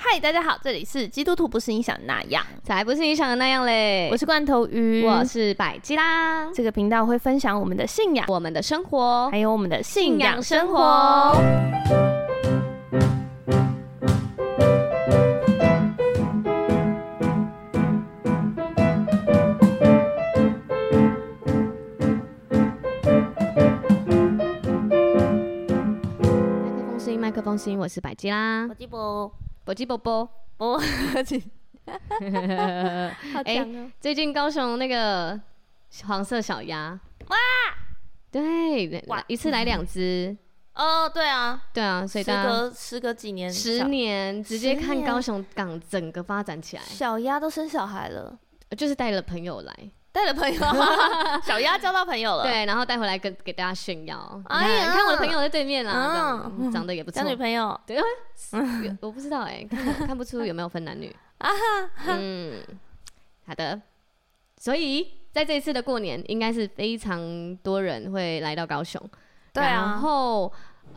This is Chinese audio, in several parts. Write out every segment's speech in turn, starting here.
嗨，大家好，这里是基督徒不是你想的那样， 才不是你想的那样嘞！ 我是罐头鱼， 我是百基拉。 这个频道会分享我们的信仰、 我们的生活， 还有我们的信仰生活。 麦克风声，我是百基拉， 我基波， 我基波波， 好强哦！ 最近高雄那个黄色小鸭，哇，对，一次来2只。 哦，对啊， 对啊，所以大家时隔几年 ，10年直接看高雄港整个发展起来。 小鸭都生小孩了， 就是带了朋友来。 带了朋友，小鸭交到朋友了， 对，然后带回来给大家炫耀。 哎呀， 你看我的朋友在对面啦，长得也不错。 交女朋友， 对，我不知道看不出有没有分男女。好的。所以在这一次的过年，应该是非常多人会来到高雄。 对啊。 然后，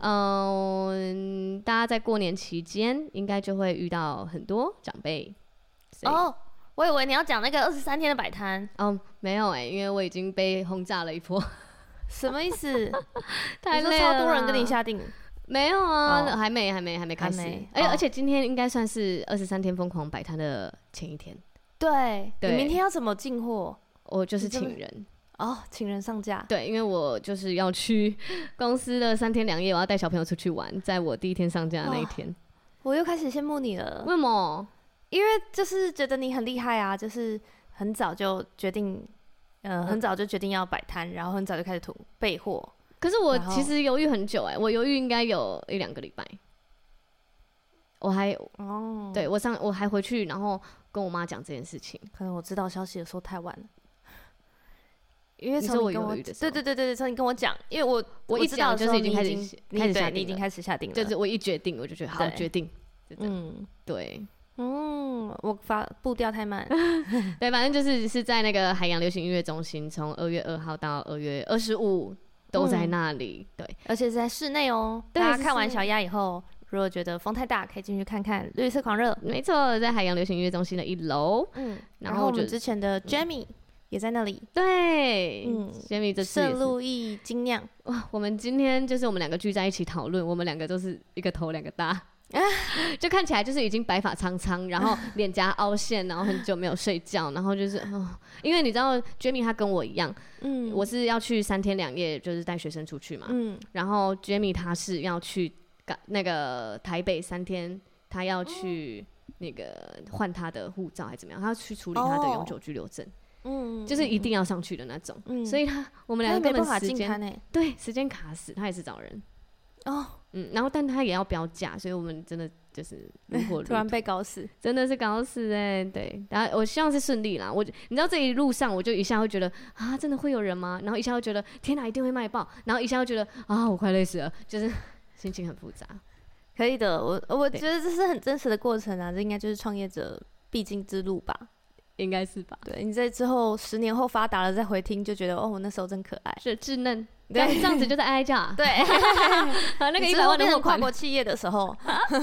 大家在过年期间应该就会遇到很多长辈。 哦。我以为你要讲那个23天的摆摊哦，没有因为我已经被轰炸了一波。 什么意思？ 太累了， 超多人跟你下定？ 没有啊，还没开始。而且今天应该算是23天疯狂摆摊的前一天。 对，你明天要怎么进货？ 我就是请人。 哦，请人上架。 对，因为我就是要去公司的3天2夜，我要带小朋友出去玩，在我第一天上架的那一天。 我又开始羡慕你了。 为什么？ 因为就是觉得你很厉害啊，就是很早就决定，很早就决定要摆摊，然后很早就开始备货。 可是我其实犹豫很久我犹豫应该有1-2个礼拜。我还对我还回去，然后跟我妈讲这件事情。 可能我知道消息的时候太晚了，因为你说我犹豫的时候， 对，从你跟我讲，因为我一讲就是已经开始下定， 你已经开始下定了。 就是我一决定，我就觉得好决定。对。 我步调太慢。 对，反正就是在那个海洋流行音乐中心，从2月2号到2月25都在那里。对， 而且是在室内哦。大家看完小鸭以后，如果觉得风太大，可以进去看看绿色狂热。 没错，在海洋流行音乐中心的1楼。 然后我们之前的 Jamie 也在那里。 对，Jamie 这次圣路易精酿。 哇，我们今天就是我们2个聚在一起讨论，我们2个都是一个头2个大。就看起来就是已经白发苍苍，然后脸颊凹陷，然后很久没有睡觉，然后就是因为你知道 Jamie 他跟我一样，我是要去3天2夜，就是带学生出去嘛，然后 Jamie 他是要去那个台北3天，他要去那个换他的护照还是怎么样，他要去处理他的永久居留证，就是一定要上去的那种，所以我们2个根本时间对时间卡死，他也是找人。然后但他也要标价，所以我们真的就是如火突然被搞死， 真的是搞死对，然后我希望是顺利啦。你知道这一路上，我就一下会觉得真的会有人吗？然后一下会觉得天哪，一定会卖爆，然后一下会觉得我快累死了，就是心情很复杂。 可以的，我觉得这是很真实的过程啊，这应该就是创业者必经之路吧。 应该是吧？ 对，你在之后10年后发达了再回听，就觉得我那时候真可爱， 是稚嫩。对，这样子就是哀叫。 对， 那个100万的货款， 跨国企业的时候，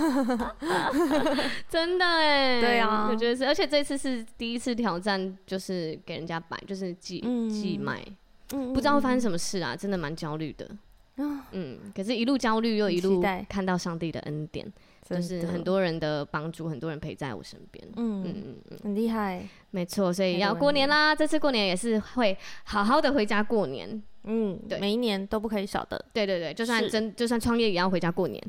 真的对啊， 我觉得是，而且这次是第一次挑战，就是给人家摆，就是寄卖，不知道会发生什么事啊，真的蛮焦虑的。可是一路焦虑又一路看到上帝的恩典，就是很多人的帮助，很多人陪在我身边。 很厉害， 没错，所以要过年啦，这次过年也是会好好的回家过年。 对，每一年都不可以少的。 对，就算创业也要回家过年。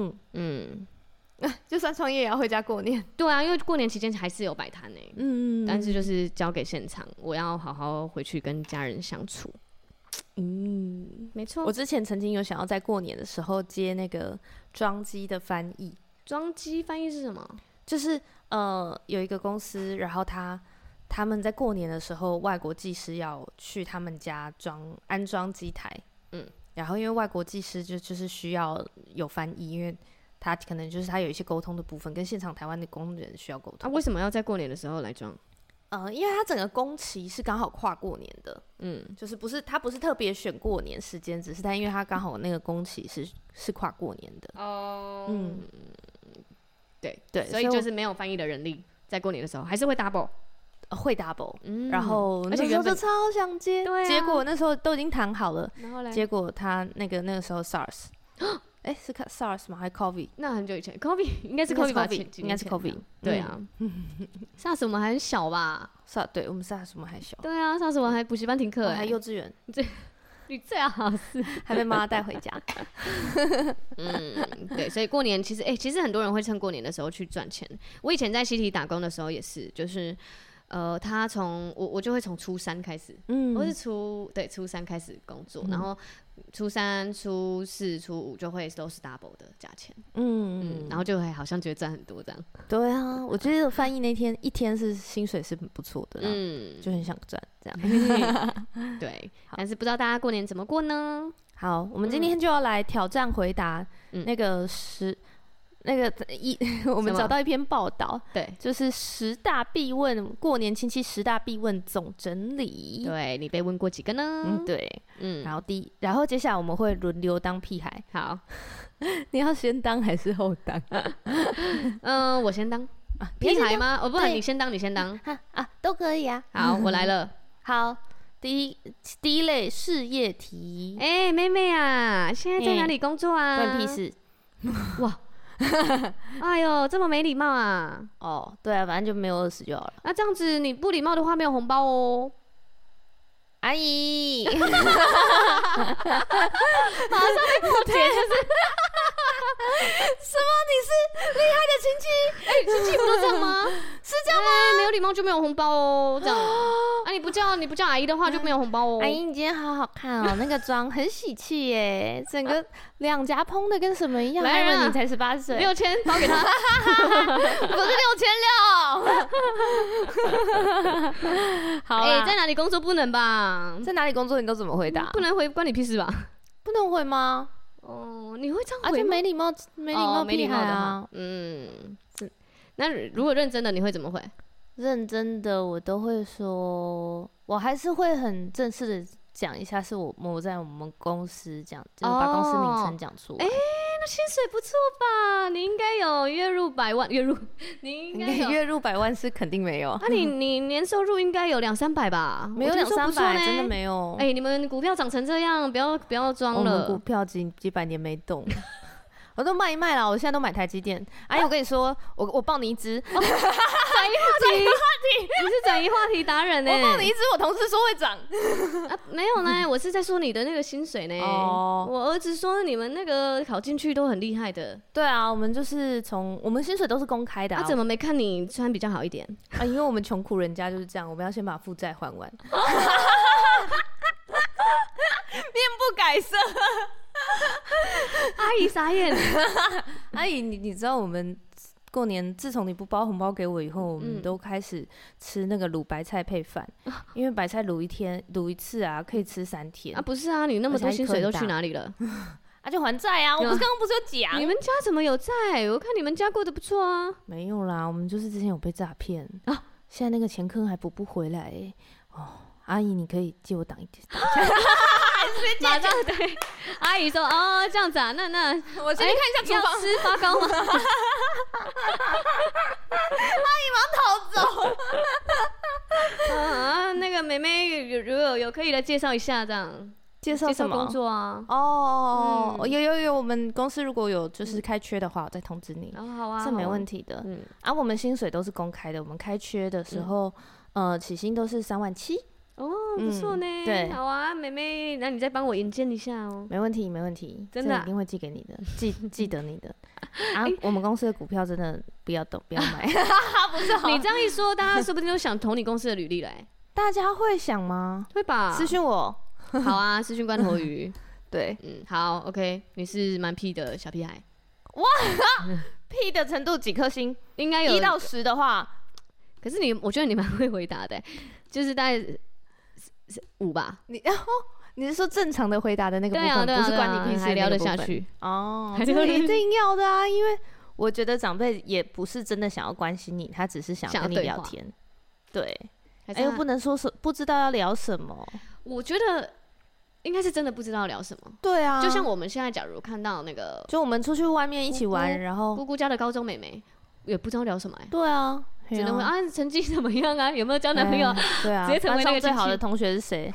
就算创业也要回家过年。 对啊，因为过年期间还是有摆摊但是就是交给现场，我要好好回去跟家人相处。没错。 我之前曾经有想要在过年的时候接那个装机的翻译。 装机翻译是什么？ 就是有一个公司，然后他们在过年的时候，外国技师要去他们家安装机台，然后因为外国技师就是需要有翻译，因为他可能就是他有一些沟通的部分，跟现场台湾的工人需要沟通。 为什么要在过年的时候来装？ 因为他整个工期是刚好跨过年的，就是他不是特别选过年时间，只是他因为他刚好那个工期是跨过年的。 对，所以就是没有翻译的人力，在过年的时候还是会 double。 会 double，然后那时候就超想接，结果那时候都已经谈好了， 然后结果他那个时候 SARS， 是 SARS 吗？还是 COVID？ 那很久以前 ，COVID 应该是 COVID 吧， 应该是 COVID。 对啊，SARS 我们还很小吧？ 对，我们 SARS 我们还小。 对啊，SARS 我们还补习班停课， 还幼稚园。 你最好是还被妈带回家。 对，所以过年其实很多人会趁过年的时候去赚钱。我以前在西体打工的时候也是，就是。他我就会从初3开始，我是初3开始工作，然后初3、初4、初5就会都是 double 的价钱，然后就会好像觉得赚很多这样。 对啊，我觉得翻译那天一天是薪水是很不错的，就很想赚这样。 对，但是不知道大家过年怎么过呢？ 好，我们今天就要来挑战回答那个我们找到一篇报道， 对， 就是10大必问过年亲戚10大必问总整理。 对，你被问过几个呢？ 对，然后接下来我们会轮流当屁孩。 好， 你要先当还是后当？ 我先当屁孩吗？不然你先当， 都可以啊。 好，我来了。 好，第一类事业题。 妹妹啊，现在在哪里工作啊？ 关屁事。 哇。哎呦，这么没礼貌啊！ 对啊，反正就没有20就好了。 那这样子你不礼貌的话，没有红包哦， 阿姨。马上被破解，就是什么？你是厉害的亲戚？ 亲戚不都这样吗？ 是这样吗？ 没有礼貌就没有红包哦，这样。你不叫阿姨的话就没有红包哦。 阿姨，你今天好好看哦，那个妆很喜气耶，整个两颊蓬的跟什么一样。 来人， 你才18岁 ，6000包给他。 我是6600。好， 在哪里工作不能吧？ 在哪里工作你都怎么回答？ 不能回，关你屁事吧？ 不能回吗？ 你会这样回吗？ 就没礼貌，没礼貌啊。 那如果认真的你会怎么回？ 认真的我都会说，我还是会很正式的讲一下，是我在我们公司讲，就是把公司名称讲出来。 那薪水不错吧？你应该有月入100万，你应该有月入100万是肯定没有。 你年收入应该有200-300吧？ 没有200-300，真的没有。 你们股票涨成这样，不要装了。 我们股票几百年没动。我都卖一卖了，我现在都买台积电。阿姨，我跟你说，我抱你一只。转移话题， 你是转移话题达人呢。 我抱你一只，我同事说会涨。 没有呢，我是在说你的那个薪水呢。我儿子说你们那个考进去都很厉害的。 对啊，我们就是我们薪水都是公开的。 他怎么没看你穿比较好一点？ 因为我们穷苦人家就是这样，我们要先把负债还完。面不改色。 阿姨傻眼。 阿姨，你知道我们过年自从你不包红包给我以后，我们都开始吃那个卤白菜配饭，因为白菜卤一次啊，可以吃3天。 不是啊，你那么多薪水都去哪里了？ 就还债啊！我刚刚不是有讲？ 你们家怎么有债？我看你们家过得不错啊。 没有啦，我们就是之前有被诈骗啊，现在那个钱坑还补不回来阿姨，你可以借我挡一下。 马上对阿姨说这样子啊，那我先去看一下厨房。 要吃发糕吗？ 阿姨马上逃走。 那个妹妹如果有可以来介绍一下，这样介绍什么工作啊？ 有，我们公司如果有就是开缺的话，我再通知你。 好啊， 是没问题的。我们薪水都是公开的，我们开缺的时候，起薪都是37000。 不错呢。 对， 好啊，妹妹，那你再帮我引荐一下哦。 没问题，真的一定会寄给你的，记得你的。我们公司的股票真的不要买。不是， 你这样一说，大家说不定都想投你公司的履历嘞。 大家会想吗？ 会吧。 私讯我。 好啊，私讯关头鱼。 对， 好 ，OK， 你是蛮屁的小屁孩。 哇，屁的程度几颗星？ 应该有 1到10的话。 可是我觉得你蛮会回答的，就是大概5吧。 你是说正常的回答的那个部分，不是关你屁事还聊得下去？ 这个一定要的啊，因为我觉得长辈也不是真的想要关心你，他只是想跟你聊天。对，又不能说不知道要聊什么。 我觉得应该是真的不知道聊什么。 对啊， 就像我们现在假如看到那个， 就我们出去外面一起玩，然后姑姑家的高中妹妹， 也不知道聊什么对啊， 只能问啊成绩怎么样啊，有没有交男朋友？ 对啊， 直接成为那个最好的同学是谁？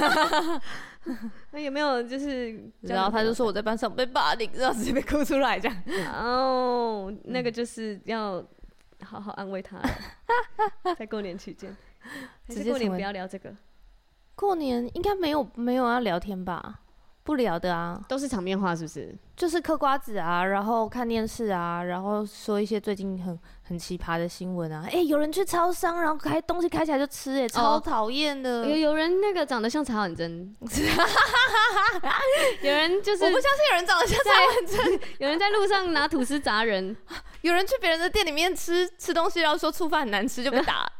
那有没有就是， 然后他就说我在班上被霸凌，然后直接被哭出来这样。 哦，那个就是要好好安慰他了，在过年期间。直接过年不要聊这个。 过年应该没有要聊天吧？不聊的啊， 都是场面话是不是？ 就是嗑瓜子啊，然后看电视啊，然后说一些最近很奇葩的新闻啊。有人去超商，然后东西开起来就吃，超讨厌的。 有人那个长得像曹婉珍，有人就是我不相信有人长得像曹婉珍。 有人在路上拿吐司砸人， 有人去别人的店里面吃东西，然后说醋饭很难吃就被打。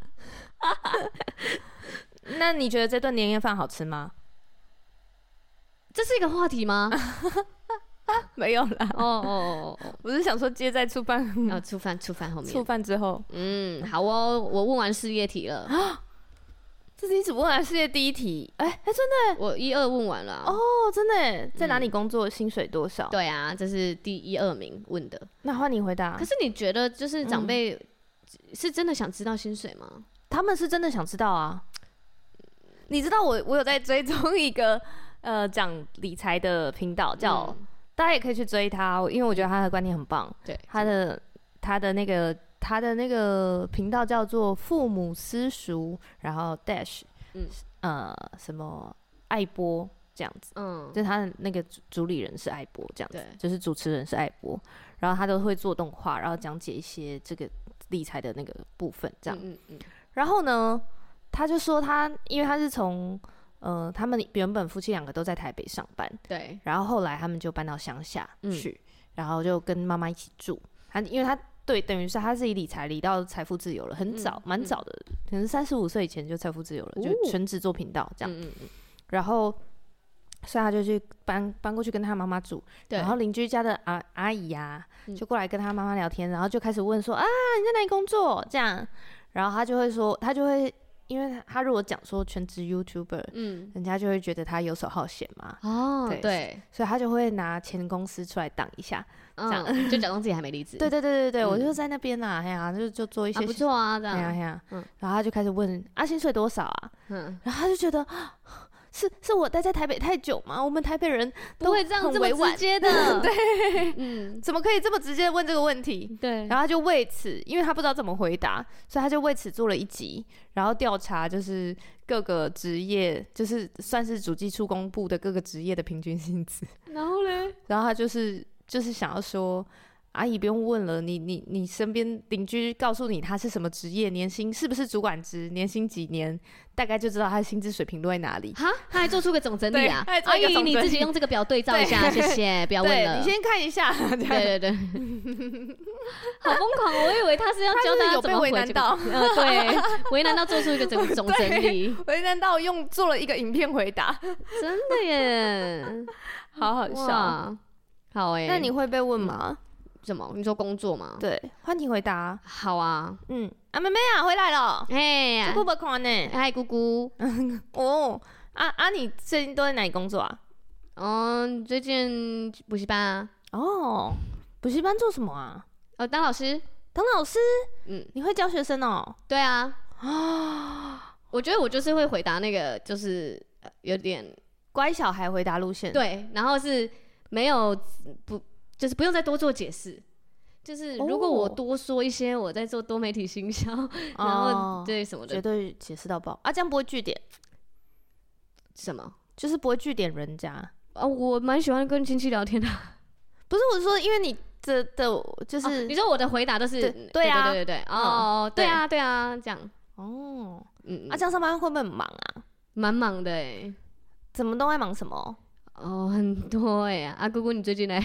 那你觉得这顿年夜饭好吃吗？ 这是一个话题吗？ 没有啦。我是想说接在醋饭醋饭后面。 醋饭之后， 好哦，我问完事业题了。 这是你只问完事业第一题？真的？ 我1、2问完了。 真的？在哪里工作？薪水多少？ 对啊，这是第1、2名问的。 那换你回答。 可是你觉得就是长辈是真的想知道薪水吗？ 他们是真的想知道啊。你知道我有在追踪一个讲理财的频道，叫大家也可以去追他，因为我觉得他的观念很棒。 对， 他的那个频道叫做父母私塾，然后 dash 什么爱播这样子。就是他的那个主理人是爱播这样子，就是主持人是爱播，然后他都会做动画，然后讲解一些这个理财的那个部分这样。然后呢，他就说因为他是从他们原本夫妻2个都在台北上班， 对， 然后后来他们就搬到乡下去，然后就跟妈妈一起住。因为他等于是他自己理财理到财富自由了，很早，蛮早的，可能35岁以前就财富自由了，就全职做频道这样。然后所以他就去搬过去跟他妈妈住，然后邻居家的阿姨啊，就过来跟他妈妈聊天，然后就开始问说你在哪里工作这样，然后他就会。因为他如果讲说全职 YouTuber，人家就会觉得他游手好闲嘛。对，所以他就会拿前公司出来挡一下，这样就假装自己还没离职。 对，我就在那边啦，就做一些不错啊，这样。 然后他就开始问薪水多少啊？然后他就觉得是我待在台北太久吗？我们台北人不会这样这么直接的。 对，怎么可以这么直接问这个问题？ 对， 然后他就为此，因为他不知道怎么回答，所以他就为此做了一集，然后调查就是各个职业，就是算是主计处公布的各个职业的平均薪资。 然后嘞， 然后他就是想要说，阿姨不用问了，你身边邻居告诉你他是什么职业，年薪是不是主管职，年薪几年，大概就知道他的薪资水平落在哪里。 哈，他还做出个总整理啊！阿姨，你自己用这个表对照一下，谢谢，不要问了。 你先看一下。 对，好疯狂！我以为他是要教大家怎么回这个。对，为难到做出一个总整理， 为难到做了一个影片回答。 真的耶， 好好笑。 好欸， 那你会被问吗？ 什么？你说工作吗？ 对，换你回答。 好啊。 妹妹啊，回来了。 嘿， 姑姑不看呢。 嗨，姑姑。 你最近都在哪里工作啊？ 最近补习班啊。 补习班做什么啊？ 当老师。 当老师？你会教学生哦？ 对啊。我觉得我就是会回答那个，就是有点乖小孩回答路线。 对，然后是没有就是不用再多做解释。就是如果我多说一些我在做多媒体行销，然后对什么的， 绝对解释到爆啊！这样不会句点什么？ 就是不会句点人家我蛮喜欢跟亲戚聊天的。 不是，我说因为你的就是你说我的回答都是对啊， 对对啊，这样这样上班会不会很忙啊？ 蛮忙的哎。 怎么都在忙什么？ 很多哎。姑姑你最近呢？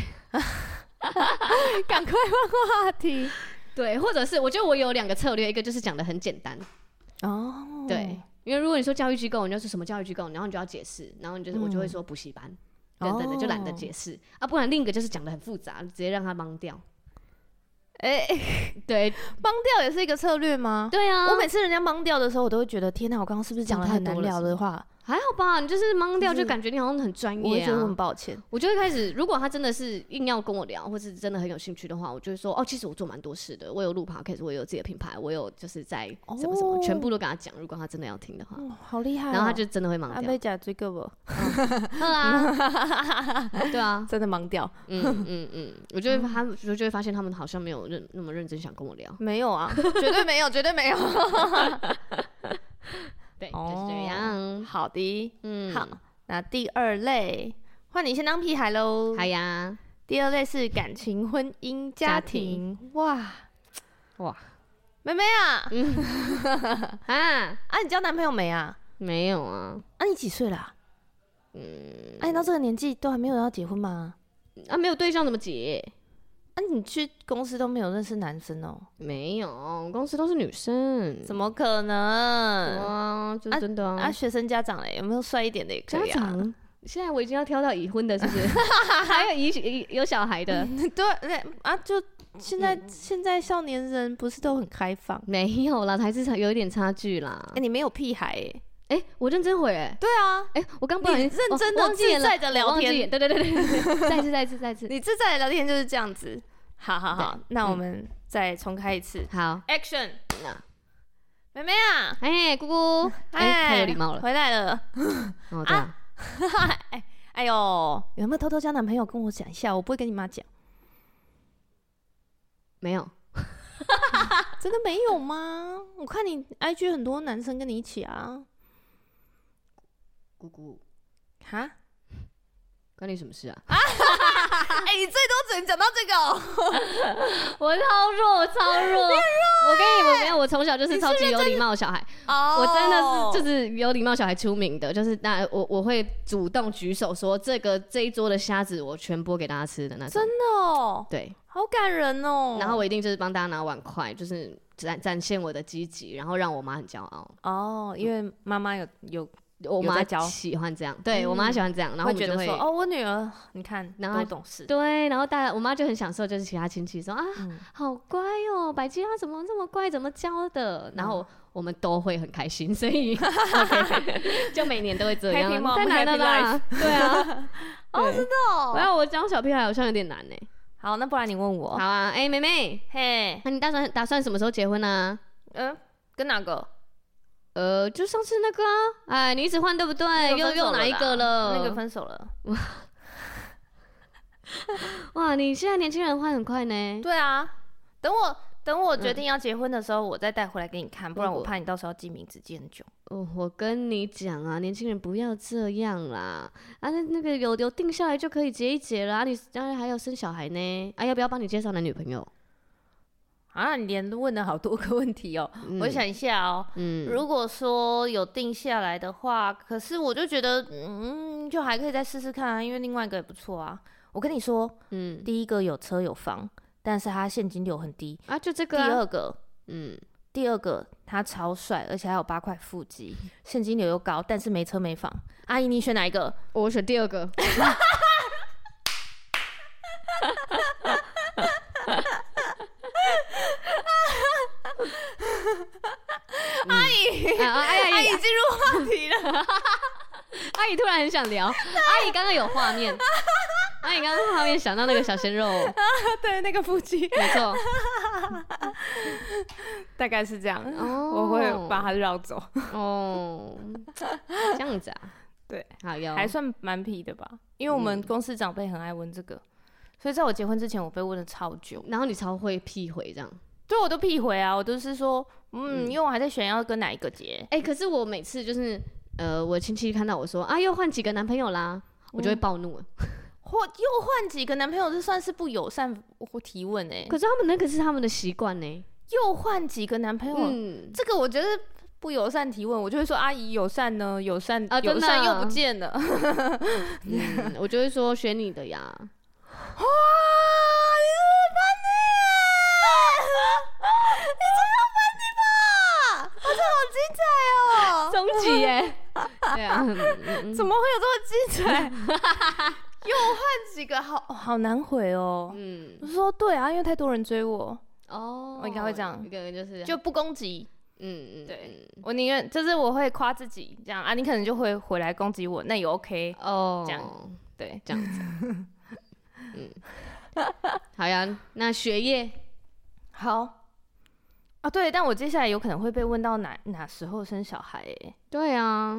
赶快换话题。 对，或者是我觉得我有2个策略，一个就是讲的很简单。对，因为如果你说教育机构，你要说什么教育机构，然后你就要解释，然后我就会说补习班等等的，就懒得解释不然另一个就是讲的很复杂，直接让他懵掉。对， 懵掉也是一个策略吗？ 对啊， 我每次人家懵掉的时候，我都会觉得天哪，我刚刚是不是讲了很难聊的话？ 还好吧，你就是懵掉，就感觉你好像很专业啊。 我会觉得我很抱歉， 我就会开始，如果他真的是硬要跟我聊，或是真的很有兴趣的话，我就会说，哦，其实我做蛮多事的，我有录 podcast，我有自己的品牌，我有就是在什么什么，全部都跟他讲。如果他真的要听的话， 好厉害。 然后他就真的会盲掉。 被假追个不？ 喝啊，对啊， 真的盲掉。 我就会发现他们好像没有那么认真想跟我聊。 没有啊，绝对没有，绝对没有。 对，就是这样。 好的，好，那第二类换你先当屁孩喽。 好呀。 第二类是感情、婚姻、家庭。哇，妹妹啊，你交男朋友没啊？ 没有啊。 你几岁啦？你到这个年纪都还没有要结婚吗？ 没有对象怎么结？ 你去公司都没有认识男生哦？ 没有，公司都是女生。 怎么可能？ 哇，就是真的啊。 学生家长嘞，有没有帅一点的也可以啊？ 家长，现在我已经要挑到已婚的，是不是？还有有小孩的？ 对啊，就现在少年人不是都很开放？ 没有啦，还是有一点差距啦。 你没有屁孩我认真回对啊， 我刚不小心认真的自在的聊天， 对，再次， 你自在的聊天就是这样子。好，那我们再重开一次。 好 ，Action！ 妹妹啊， 姑姑，太有礼貌了， 回来了。 哦，对啊。 哎呦，有没有偷偷交男朋友？跟我讲一下，我不会跟你妈讲。 没有。 真的没有吗？我看你 IG 很多男生跟你一起啊。 姑姑， 哈， 关你什么事啊？ 你最多只能讲到这个哦。 我超弱。我跟你们没有，我从小就是超级有礼貌的小孩。我真的是就是有礼貌小孩出名的，就是我会主动举手说这一桌的虾子我全剥给大家吃的那种。 真的哦？ 对， 好感人哦。 然后我一定就是帮大家拿碗筷，就是展现我的积极，然后让我妈很骄傲。 因为妈妈有。 我妈喜欢这样，对我妈喜欢这样，然后我们就会说我女儿你看多懂事， 对，然后我妈就很享受，就是其他亲戚说好乖哦，百基她怎么这么乖，怎么教的，然后我们都会很开心，所以就每年都会这样，太难了啦，对啊， 真的哦， 然后我教小屁孩好像有点难呢。 好，那不然你问我， 好啊，妹妹， 嘿， 那你打算什么时候结婚啊？ 跟哪个？ 就上次那个你一直换对不对？又哪一个了？ 那个分手了。 哇，你现在年轻人换很快呢。 对啊，等我决定要结婚的时候，我再带回来给你看，不然我怕你到时候记名字记很久。 我跟你讲啊，年轻人不要这样啦。那个有定下来就可以结一结了你还有生小孩呢。要不要帮你介绍男女朋友？ 你连问了好多个问题哦。我想一下哦。如果说有定下来的话，可是我就觉得，就还可以再试试看啊，因为另外一个也不错啊。我跟你说，第一个有车有房，但是他现金流很低就这个。 第二个他超帅，而且还有8块腹肌，现金流又高，但是没车没房。阿姨，你选哪一个？ 我选第二个。 阿姨进入话题了。 阿姨突然很想聊，阿姨刚刚有画面，阿姨刚刚画面想到那个小鲜肉， 对，那个腹肌， 没错， 大概是这样。我会把它绕走。 这样子啊？ 对， 好哟， 还算蛮皮的吧，因为我们公司长辈很爱问这个，所以在我结婚之前，我被问了超久。 然后你超会屁回这样。 对，我都屁回啊，我都是说，因为我还在选要跟哪一个结。 可是我每次就是，我亲戚看到我说又换几个男朋友啦，我就会暴怒了。 又换几个男朋友，这算是不友善提问可是他们那个是他们的习惯呢。 又换几个男朋友，这个我觉得不友善提问，我就会说阿姨友善呢，友善又不见了。 我就会说选你的呀。 哇，你是叛逆耶！你这要叛逆吧？这好精彩哦！ 终极耶！对啊， 怎么会有这么精彩？又换几个，好难回哦。我说对啊，因为太多人追我。我应该会这样， 一个就是就不攻击， 对，我宁愿就是我会夸自己这样啊，你可能就会回来攻击我，那也 OK 哦，这样对， 这样子，好呀，那学业好啊，对，但我接下来有可能会被问到哪时候生小孩对啊，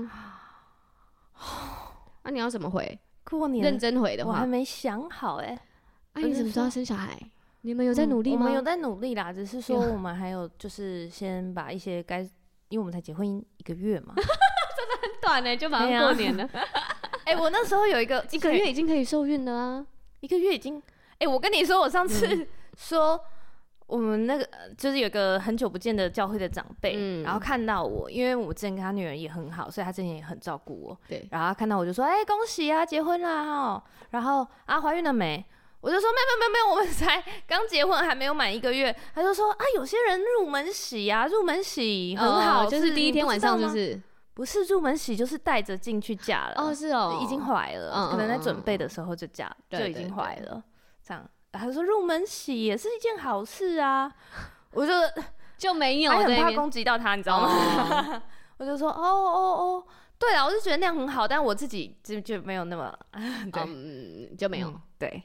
那你要怎么回？ 过年认真回的话， 我还没想好你什么时候要生小孩？你们有在努力吗？ 我们有在努力啦，只是说我们还有就是先把一些因为我们才结婚1个月嘛，真的很短就马上过年了。 我那时候有一个月已经可以受孕了啊 ，1个月已经，我跟你说，我上次说我们那个就是有个很久不见的教会的长辈，然后看到我，因为我之前跟他女儿也很好，所以他之前也很照顾我，对，然后他看到我就说，恭喜啊，结婚啦然后怀孕了没？我就说没有，我们才刚结婚，还没有满1个月。他就说有些人入门喜入门喜很好， 就是第一天晚上就是不是入门喜，就是带着进去嫁了。 是哦， 已经怀了，可能在准备的时候就已经怀了，这样。他说入门喜也是一件好事啊，我就没有， 还很怕攻击到他，你知道吗？我就说对啊，我就觉得那样很好，但我自己就没有那么就没有， 对，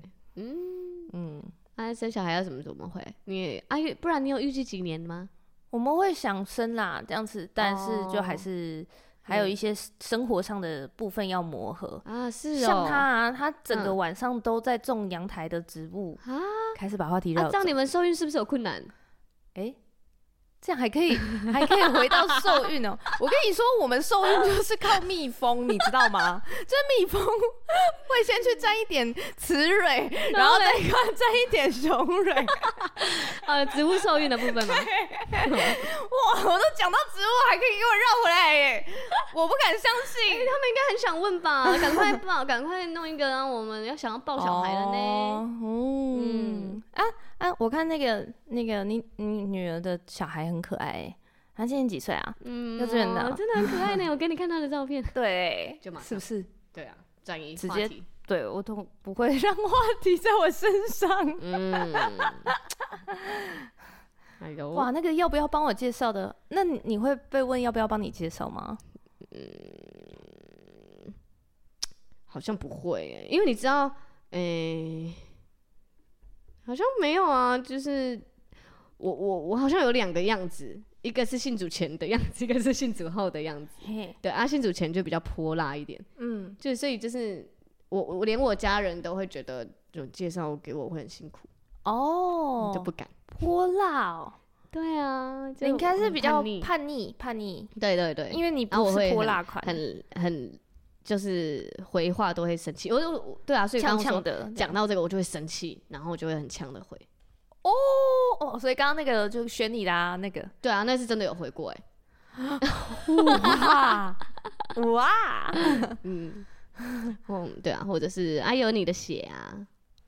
生小孩要怎么回？你不然你有预计几年吗？ 我们会想生啦，这样子，但是就还有一些生活上的部分要磨合啊，是像他整个晚上都在种阳台的植物开始把话题绕走。 这样你们受孕是不是有困难？ 这样还可以回到受孕哦。我跟你说，我们受孕就是靠蜜蜂，你知道吗？就是蜜蜂会先去沾一点雌蕊，然后再沾一点雄蕊。 植物受孕的部分吗？ 哇，我都讲到植物，还可以给我绕回来我不敢相信。 他们应该很想问吧？赶快弄一个，我们要想要抱小孩了呢。 我看那个你女儿的小孩很可爱她今年几岁啊？幼稚园的， 真的很可爱呢。我给你看她的照片， 对，是不是？ 对啊，转移直接对我都不会让话题在我身上。哇，那个要不要帮我介绍的？那你会被问要不要帮你介绍吗？ 好像不会因为你知道，好像没有啊，就是我好像有2个样子，一个是信主前的样子，一个是信主后的样子。对信主前就比较泼辣一点，所以就是我连我家人都会觉得，就介绍给我会很辛苦就不敢泼辣对啊， 你应该是比较叛逆。 对对对， 因为你不是泼辣款， 很就是回话都会生气，对啊，所以刚刚说讲到这个我就会生气，然后我就会很呛的回。 所以刚刚那个就选你啦，那个。 对啊，那是真的有回过哇， 对啊，或者是有你的血啊，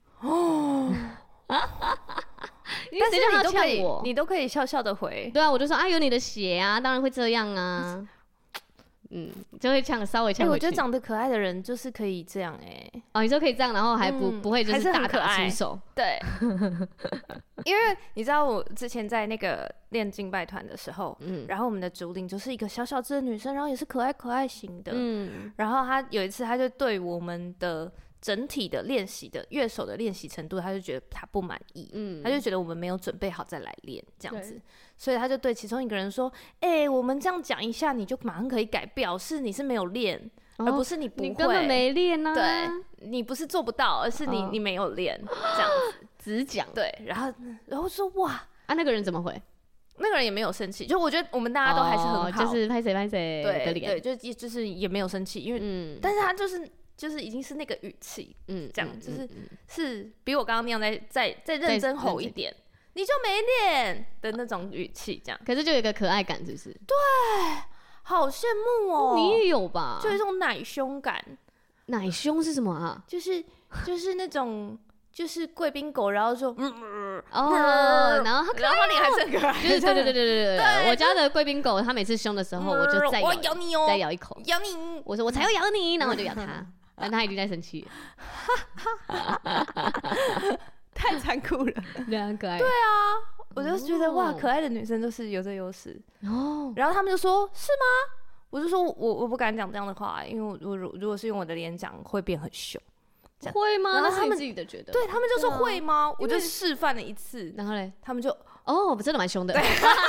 但是你都可以笑笑的回。 对啊，我就说有你的血啊，当然会这样啊。就会稍微呛回去。 我觉得长得可爱的人就是可以这样你说可以这样，然后还不会就是大打出手。 对，因为你知道我之前在那个练敬拜团的时候，然后我们的主领就是一个小小只的女生，然后也是可爱型的，然后她有一次她就对我们的整体的练习的乐手的练习程度，他就觉得他不满意，他就觉得我们没有准备好再来练这样子，所以他就对其中一个人说：“我们这样讲一下，你就马上可以改，表示你是没有练，而不是你不会， 你根本没练啊。 对，你不是做不到，而是你没有练，这样子只讲对。然后说哇那个人怎么回？ 那个人也没有生气，就我觉得我们大家都还是很好， 就是拍谁的脸， 对，就是也没有生气，因为但是他就是已经是那个语气，这样是比我刚刚那样再认真吼一点，你就没练的那种语气，这样。 可是就有一个可爱感，是不是？ 对，好羡慕你也有吧？ 就有一种奶凶感。 奶凶是什么啊？ 就是那种。就是贵宾狗，然后说然后你还是很可爱， 就是对，我家的贵宾狗，它每次凶的时候，我就再咬你哦， 再咬一口， 咬你， 我说我才要咬你，然后我就咬它，但它已经在生气了，太残酷了， 对，很可爱， 对啊， 我就觉得哇，可爱的女生都是有这优势哦。然后他们就说是吗？我就说我不敢讲这样的话，因为我如果是用我的脸讲，会变很凶。 会吗？那是你自己的觉得。 对他们就说会吗？我就示范了一次， 然后嘞， 他们就真的蛮凶的。对，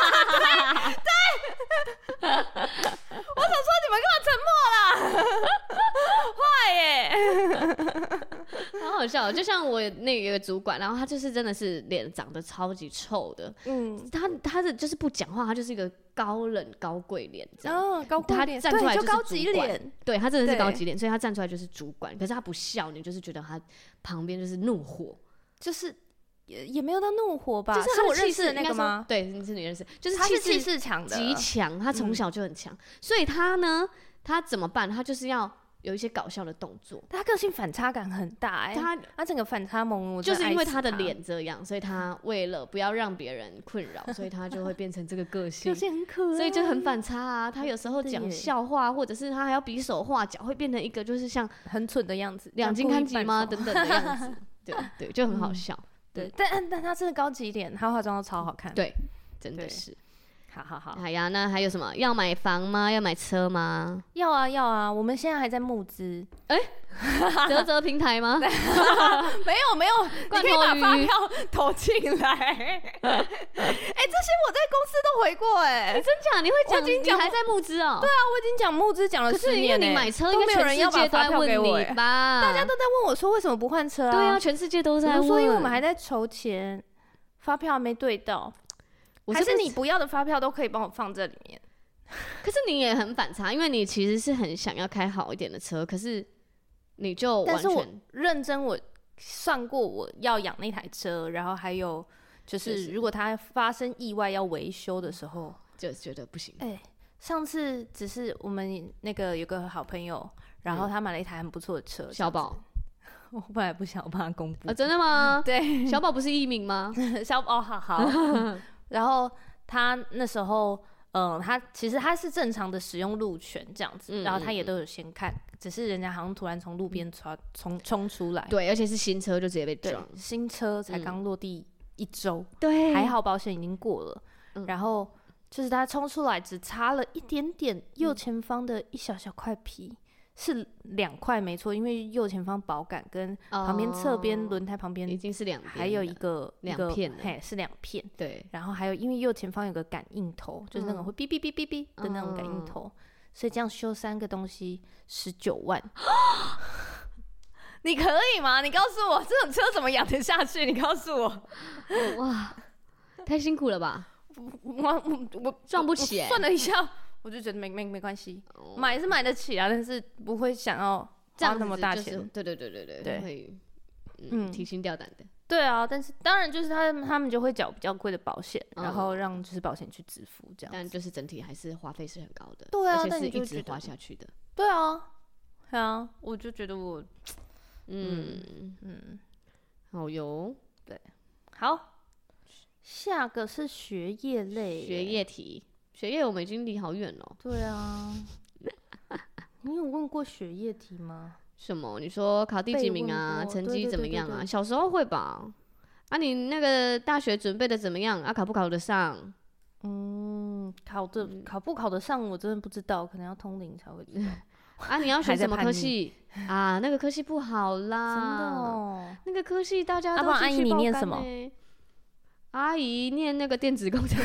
我想说你们干嘛沉默啦？坏耶！ 好好笑，就像我那个主管，然后他就是真的是脸长得超级臭的，他的就是不讲话，他就是一个高冷高贵脸这样， 高贵脸， 他站出来就是高级脸，对他真的是高级脸，所以他站出来就是主管，可是他不笑，你就是觉得他旁边就是怒火， 就是也没有到怒火吧， 就是我认识的那个吗？ 对，是你认识，就是他是气势强的， 极强，他从小就很强，所以他呢，他怎么办？他就是要有一些搞笑的动作， 他个性反差感很大他整个反差萌， 就是因为他的脸这样，所以他为了不要让别人困扰，所以他就会变成这个个性， 个性很可爱， 所以就很反差啊。他有时候讲笑话，或者是他还要比手画脚，会变成一个就是像很蠢的样子， 两斤看几吗等等的样子，对，就很好笑。 对，但他真的高级脸，他化妆都超好看， 对，真的是。 好呀，那还有什么？要买房吗？要买车吗？ 要啊，我们现在还在募资。 嘖平台吗？ 没有，你可以把发票投进来。这些我在公司都回过真假？你会讲？你还在募资哦？ 对啊，我已经讲募资讲了10年。 可是你买车， 都没有人要把发票给我吧？ 大家都在问我说为什么不换车啊？ 对啊，全世界都在问。 我说因为我们还在筹钱，发票还没对到。还是你不要的发票都可以帮我放这里面。 可是你也很反差，因为你其实是很想要开好一点的车，可是你就完全。 但是我认真，我算过我要养那台车，然后还有就是如果它发生意外要维修的时候， 就觉得不行。 上次只是我们那个有个好朋友，然后他买了一台很不错的车， 小宝。 我本来不想帮他公布真的吗？ 对， 小宝不是艺名吗？ 小宝好。然后他那时候，他其实他是正常的使用路权这样子，然后他也都有先看，只是人家好像突然从路边冲出来， 对，而且是新车就直接被撞， 新车才刚落地1周， 对， 还好保险已经过了，然后就是他冲出来只擦了一点点右前方的一小块皮。是2块没错，因为右前方保杆跟旁边侧边轮胎旁边已经是2边， 还有一个 2片， 是2片， 对。 然后还有因为右前方有个感应头，就是那种会哔哔哔哔哔的那种感应头，所以这样修3个东西19万。你可以吗？你告诉我这种车怎么养得下去？你告诉我。 哇，太辛苦了吧？ 我赚不起。 算了一下。我就觉得没关系，买是买得起啊，但是不会想要花那么大钱。 对，会提心吊胆的。 对啊，但是当然就是他们就会缴比较贵的保险，然后让就是保险去支付这样。 但就是整体还是花费是很高的， 对啊， 而且是一直花下去的。 对啊，我就觉得我， 好哟， 对，好，下个是学业类， 学业题。学业我们已经离好远了。 对啊，你有问过学业题吗？ 什么？你说考第几名啊？成绩怎么样啊？小时候会吧？你那个大学准备的怎么样啊？考不考得上？ 考不考得上我真的不知道，可能要通灵才会知道。 你要选什么科系啊？那个科系不好啦， 真的哦。 那个科系大家都阿姨你念什么？ 阿姨念那个电子工程。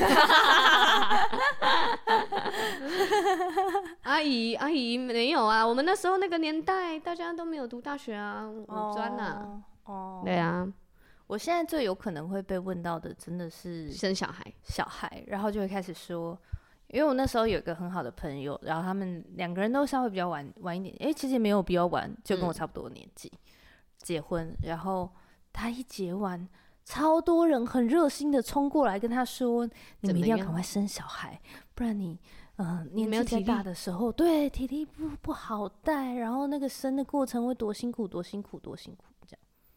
阿姨没有啊，我们那时候那个年代大家都没有读大学啊，五专啊。对啊， 我现在最有可能会被问到的真的是生小孩， 然后就会开始说，因为我那时候有一个很好的朋友，然后他们2个人都稍微比较晚一点，其实也没有比较晚，就跟我差不多的年纪结婚，然后他一结完。超多人很热心的冲过来跟他说：“你们一定要赶快生小孩，不然你年纪再大的时候，对体力不好带，然后那个生的过程会多辛苦这样。”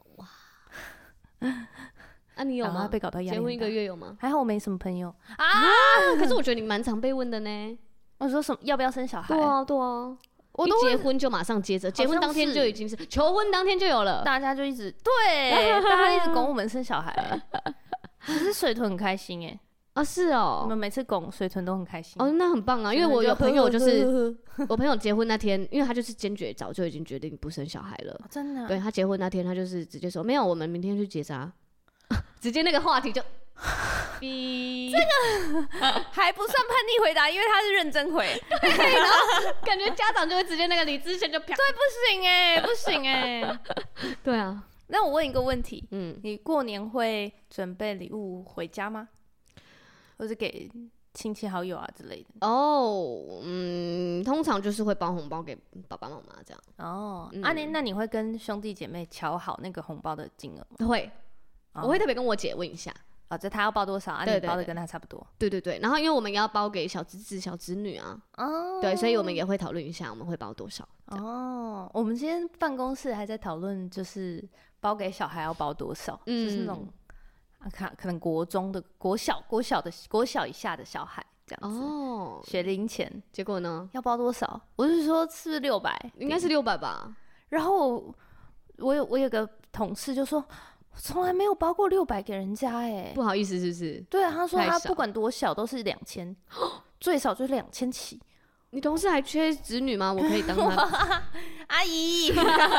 哇！ 你有吗？ 被搞到压力。 结婚1个月有吗？ 还好我没什么朋友可是我觉得你蛮常被问的呢。 我说什么要不要生小孩？ 对啊。一结婚就马上接着，结婚当天就已经是求婚当天就有了， 大家就一直拱我们生小孩。 可是水豚很开心哎。 啊，是哦， 我们每次拱水豚都很开心哦，那很棒啊！因为我有朋友就是我朋友结婚那天，因为他就是坚决早就已经决定不生小孩了， 真的。 对他结婚那天，他就是直接说没有，我们明天去结扎，直接那个话题就， 这个还不算叛逆回答，因为他是认真回， 对，然后感觉家长就会直接那个理智线就啪， 对，不行哎，不行哎， 对啊。 那我问一个问题，你过年会准备礼物回家吗？或是给亲戚好友啊之类的？ 通常就是会包红包给爸爸妈妈这样。 那你会跟兄弟姐妹瞧好那个红包的金额吗？ 会，我会特别跟我姐问一下。 这他要包多少啊？你包的跟他差不多。 对对对，然后因为我们也要包给小侄子、小侄女啊，对，所以我们也会讨论一下我们会包多少。 我们今天办公室还在讨论，就是包给小孩要包多少，就是那种可能国中的、国小以下的小孩这样子。学龄前， 结果呢？ 要包多少？我是说是600， 应该是600吧。 然后我有个同事就说，我从来没有包过600给人家哎， 不好意思是不是？ 对啊，他说他不管多小都是2000，最少就是2000起。 你同事还缺子女吗？我可以当他阿姨。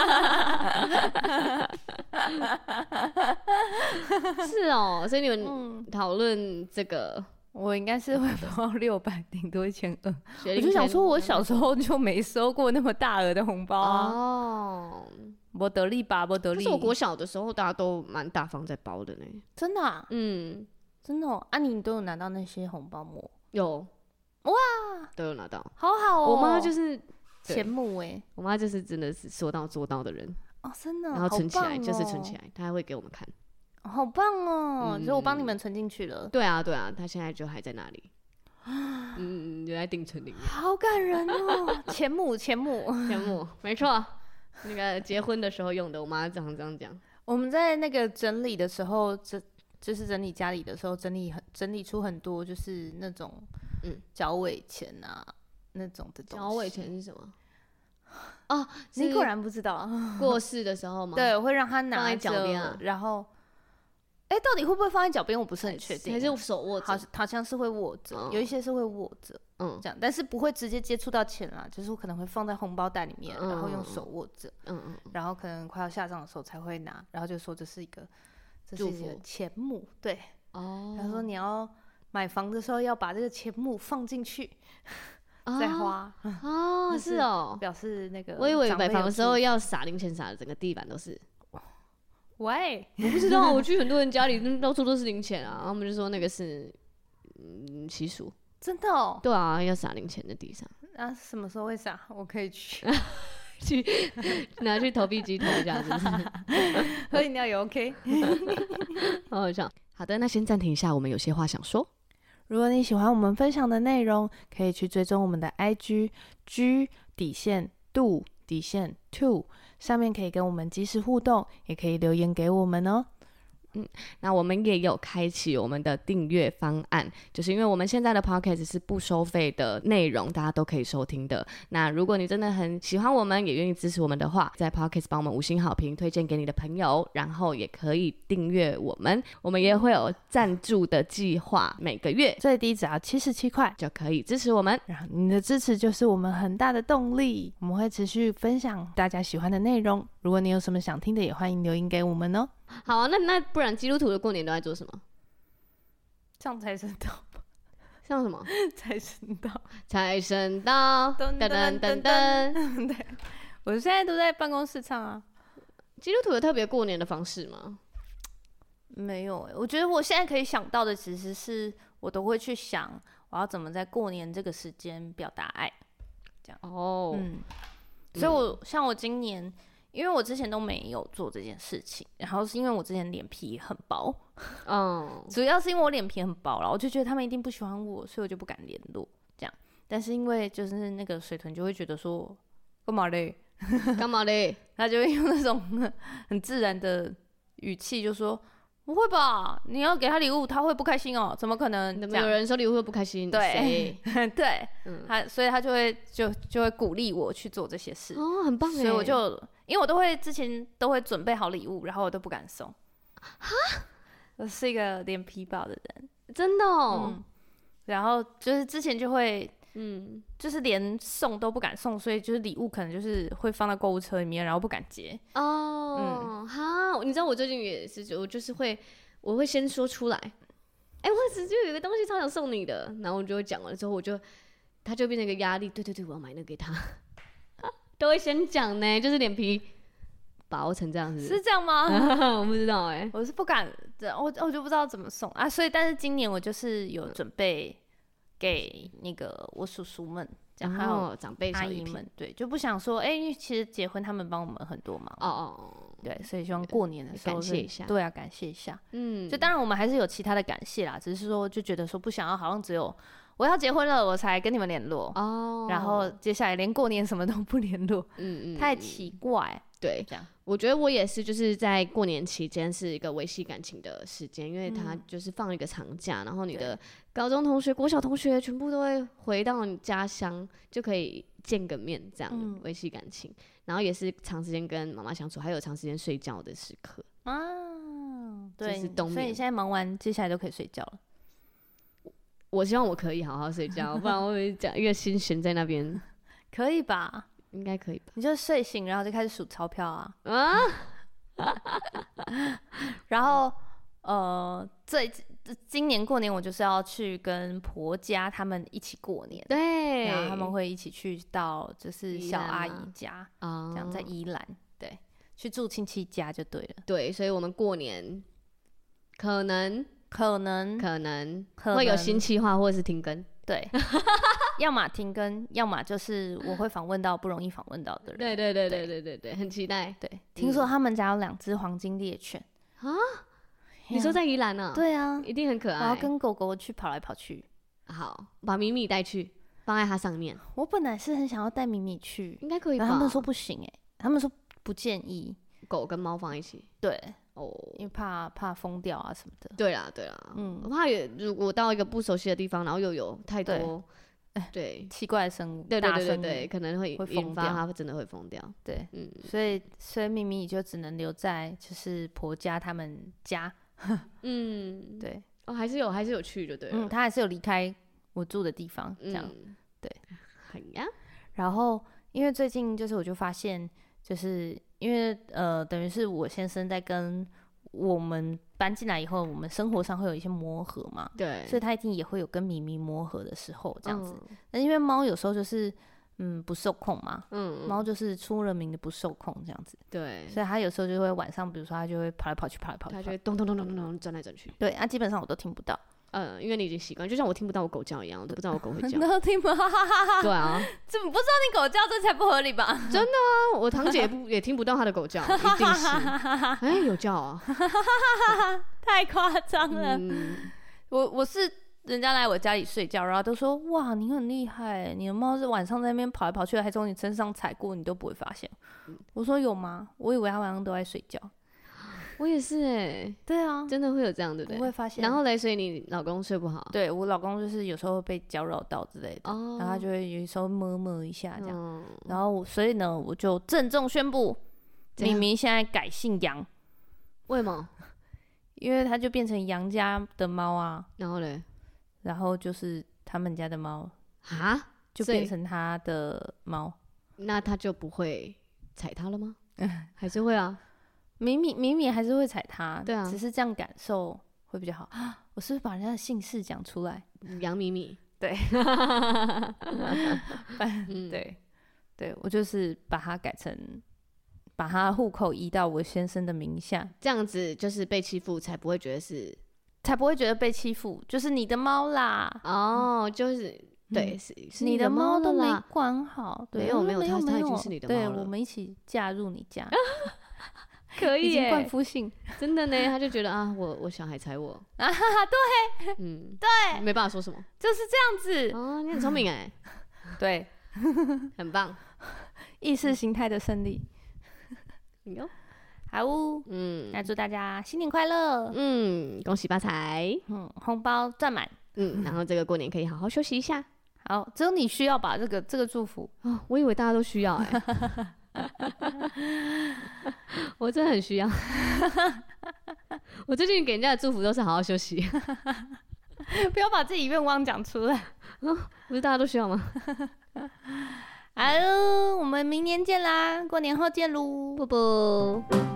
是哦，所以你们讨论这个， 我应该是会包600，顶多1200。我就想说，我小时候就没收过那么大额的红包啊。没得力吧，没得力。 可是我国小的时候，大家都蛮大方在包的呢。 真的啊？真的哦。你都有拿到那些红包吗？ 有。 哇， 都有拿到， 好好哦。 我妈就是钱母哎， 我妈就是真的是说到做到的人真的。 然后存起来，就是存起来，她还会给我们看， 好棒哦！所以我帮你们存进去了。 对啊，对啊，她现在就还在那里，就在定存里面， 好感人哦！钱母， 没错，那个结婚的时候用的，我妈常常这样讲。 我们在那个整理的时候，就是整理家里的时候，整理出很多就是那种脚尾钱啊那种的东西。 脚尾钱是什么？ 你果然不知道。 过世的时候吗？ 对，我会让他拿着放在脚边啊， 然后到底会不会放在脚边，我不是很确定。 还是手握着？ 好像是会握着，有一些是会握着，这样，但是不会直接接触到钱啦，就是我可能会放在红包袋里面，然后用手握着，然后可能快要下葬的时候才会拿，然后就说这是一个钱母，对，他说你要买房的时候要把这个钱母放进去，再花。 是哦， 表示那个。 我以为买房的时候要撒零钱，撒的整个地板都是。 喂， 我不知道，我去很多人家里，到处都是零钱啊，他们就说那个是习俗。 真的哦？ 对啊，要撒零钱在地上。 什么时候会撒？我可以去拿去投币机投一下，是不是？ 喝饮料也 OK。 好好笑。好的，那先暂停一下，我们有些话想说。 如果你喜欢我们分享的内容，可以去追踪我们的 IG G_do_2，上面可以跟我们即时互动，也可以留言给我们哦。 那我们也有开启我们的订阅方案，就是因为我们现在的 podcast 是不收费的内容，大家都可以收听的。那如果你真的很喜欢我们，也愿意支持我们的话，在 podcast 帮我们5星好评，推荐给你的朋友，然后也可以订阅我们。我们也会有赞助的计划，每个月最低只要77块就可以支持我们。 然后你的支持就是我们很大的动力，我们会持续分享大家喜欢的内容。如果你有什么想听的，也欢迎留言给我们哦。 好啊，那不然基督徒的过年都在做什么？ 上财神到吧？ 像什么？ 财神到， 财神到，噔噔噔噔。 对，我现在都在办公室唱啊。 基督徒有特别过年的方式吗？ 没有我觉得我现在可以想到的，其实是我都会去想，我要怎么在过年这个时间表达爱，这样。所以像我今年。因为我之前都没有做这件事情，然后是因为我之前脸皮很薄，主要是因为我脸皮很薄，然后我就觉得他们一定不喜欢我，所以我就不敢联络这样。但是因为就是那个水豚就会觉得说干嘛嘞， 干嘛嘞， 他就会用那种很自然的语气就说不会吧，你要给他礼物他会不开心哦，怎么可能？ 怎么有人收礼物会不开心？ 对对，所以他就会鼓励我去做这些事。 很棒耶。 所以我就因为我之前都会准备好礼物，然后我都不敢送。 我是一个脸皮薄的人， 真的哦。 然后就是之前就会，就是连送都不敢送，所以就是礼物可能就是会放到购物车里面，然后不敢接。 哦，好，你知道我最近也是，我会先说出来，我只就有一个东西超想送你的，然后我就会讲完之后，他就变成一个压力，对，我要买那个给他，都会先讲呢，就是脸皮薄成这样子， 是这样吗？ 我不知道我是不敢，我就不知道怎么送啊，所以但是今年我就是有准备给那个我叔叔们，这样还有长辈阿姨们，对，就不想说，因为其实结婚他们帮我们很多忙，对，所以希望过年的时候感谢一下， 对啊，感谢一下，就当然我们还是有其他的感谢啦，只是说就觉得说不想要好像只有我要结婚了我才跟你们联络，然后接下来连过年什么都不联络，太奇怪， 对， 这样。 我觉得我也是，就是在过年期间是一个维系感情的时间，因为他就是放一个长假，然后你的高中同学、国小同学全部都会回到你家乡，就可以见个面，这样维系感情。然后也是长时间跟妈妈相处，还有长时间睡觉的时刻啊。对， 就是冬眠， 所以你现在忙完，接下来都可以睡觉了。 我希望我可以好好睡觉，不然我会讲一个心悬在那边。 可以吧？ 应该可以吧？ 你就睡醒，然后就开始数钞票啊。然后今年过年我就是要去跟婆家他们一起过年， 对， 然后他们会一起去到就是小阿姨家，这样在宜兰，对，去住亲戚家就对了。 对，所以我们过年可能会有新企划或者是停更。 对，要么停更，要么就是我会访问到不容易访问到的人。 对，很期待。 对，听说他们家有2只黄金猎犬啊？你说在宜兰呢？ 对啊， 一定很可爱。 我要跟狗狗去跑来跑去。 好，把米米带去，放在它上面。 我本来是很想要带米米去， 应该可以吧？ 然后他们说不行他们说不建议狗跟猫放一起。 对。因为怕疯掉啊什么的。 对啦，我怕如果到一个不熟悉的地方，然后又有太多奇怪的生物， 对，可能会引发它真的会疯掉。 对，所以咪咪就只能留在就是婆家他们家。对， 还是有去就对了。 他还是有离开我住的地方，这样。对， 很呀。 然后因为最近就是我就发现就是。因为等于是我先生在跟我们搬进来以后，我们生活上会有一些磨合嘛， 对， 所以他一定也会有跟咪咪磨合的时候，这样子。但因为猫有时候就是不受控嘛，猫就是出了名的不受控这样子， 对， 所以他有时候就会晚上，比如说他就会跑来跑去，他就会咚咚咚咚咚咚转来转去， 对，基本上我都听不到。 因为你已经习惯，就像我听不到我狗叫一样，我都不知道我狗会叫。 都听不到， 对啊， 怎么不知道你狗叫，这才不合理吧？ 真的啊，我堂姐也听不到她的狗叫，一定是，有叫啊， 太夸张了。我是人家来我家里睡觉，然后都说哇，你很厉害，你的猫是晚上在那边跑来跑去，还从你身上踩过，你都不会发现。我说有吗？我以为它晚上都在睡觉。 我也是对啊， 真的会有这样，对不对？ 不会发现。 然后嘞，所以你老公睡不好？ 对，我老公就是有时候被搅扰到之类的，然后他就会有时候摸一下这样，然后所以呢，我就郑重宣布，咪咪现在改姓杨。 为什么？ 因为他就变成杨家的猫啊。 然后嘞？ 然后就是他们家的猫啊， 就变成他的猫， 那他就不会踩他了吗？还是会啊。 咪咪还是会踩它， 对啊， 只是这样感受会比较好。我是不是把人家的姓氏讲出来？ 杨咪咪， 对，对，我就是把它改成，把它户口移到我先生的名下， 这样子就是被欺负才不会觉得被欺负，就是你的猫啦。 就是对，是你的猫都没管好， 没有，它已经是你的猫了。 对，我们一起嫁入你家。 可以耶，已经冠夫姓， 真的呢，他就觉得啊，我小孩踩我啊，对，对， 没办法说什么， 就是这样子。你很聪明哎， 对， 很棒， 意识形态的胜利。好，那祝大家新年快乐， 恭喜发财， 红包赚满， 然后这个过年可以好好休息一下。 好，只有你需要把这个祝福我以为大家都需要我真的很需要。 我最近给人家的祝福都是好好休息。 不要把自己愿望讲出来。 不是大家都需要吗？ 好，我们明年见啦，过年后见喽， 啵啵。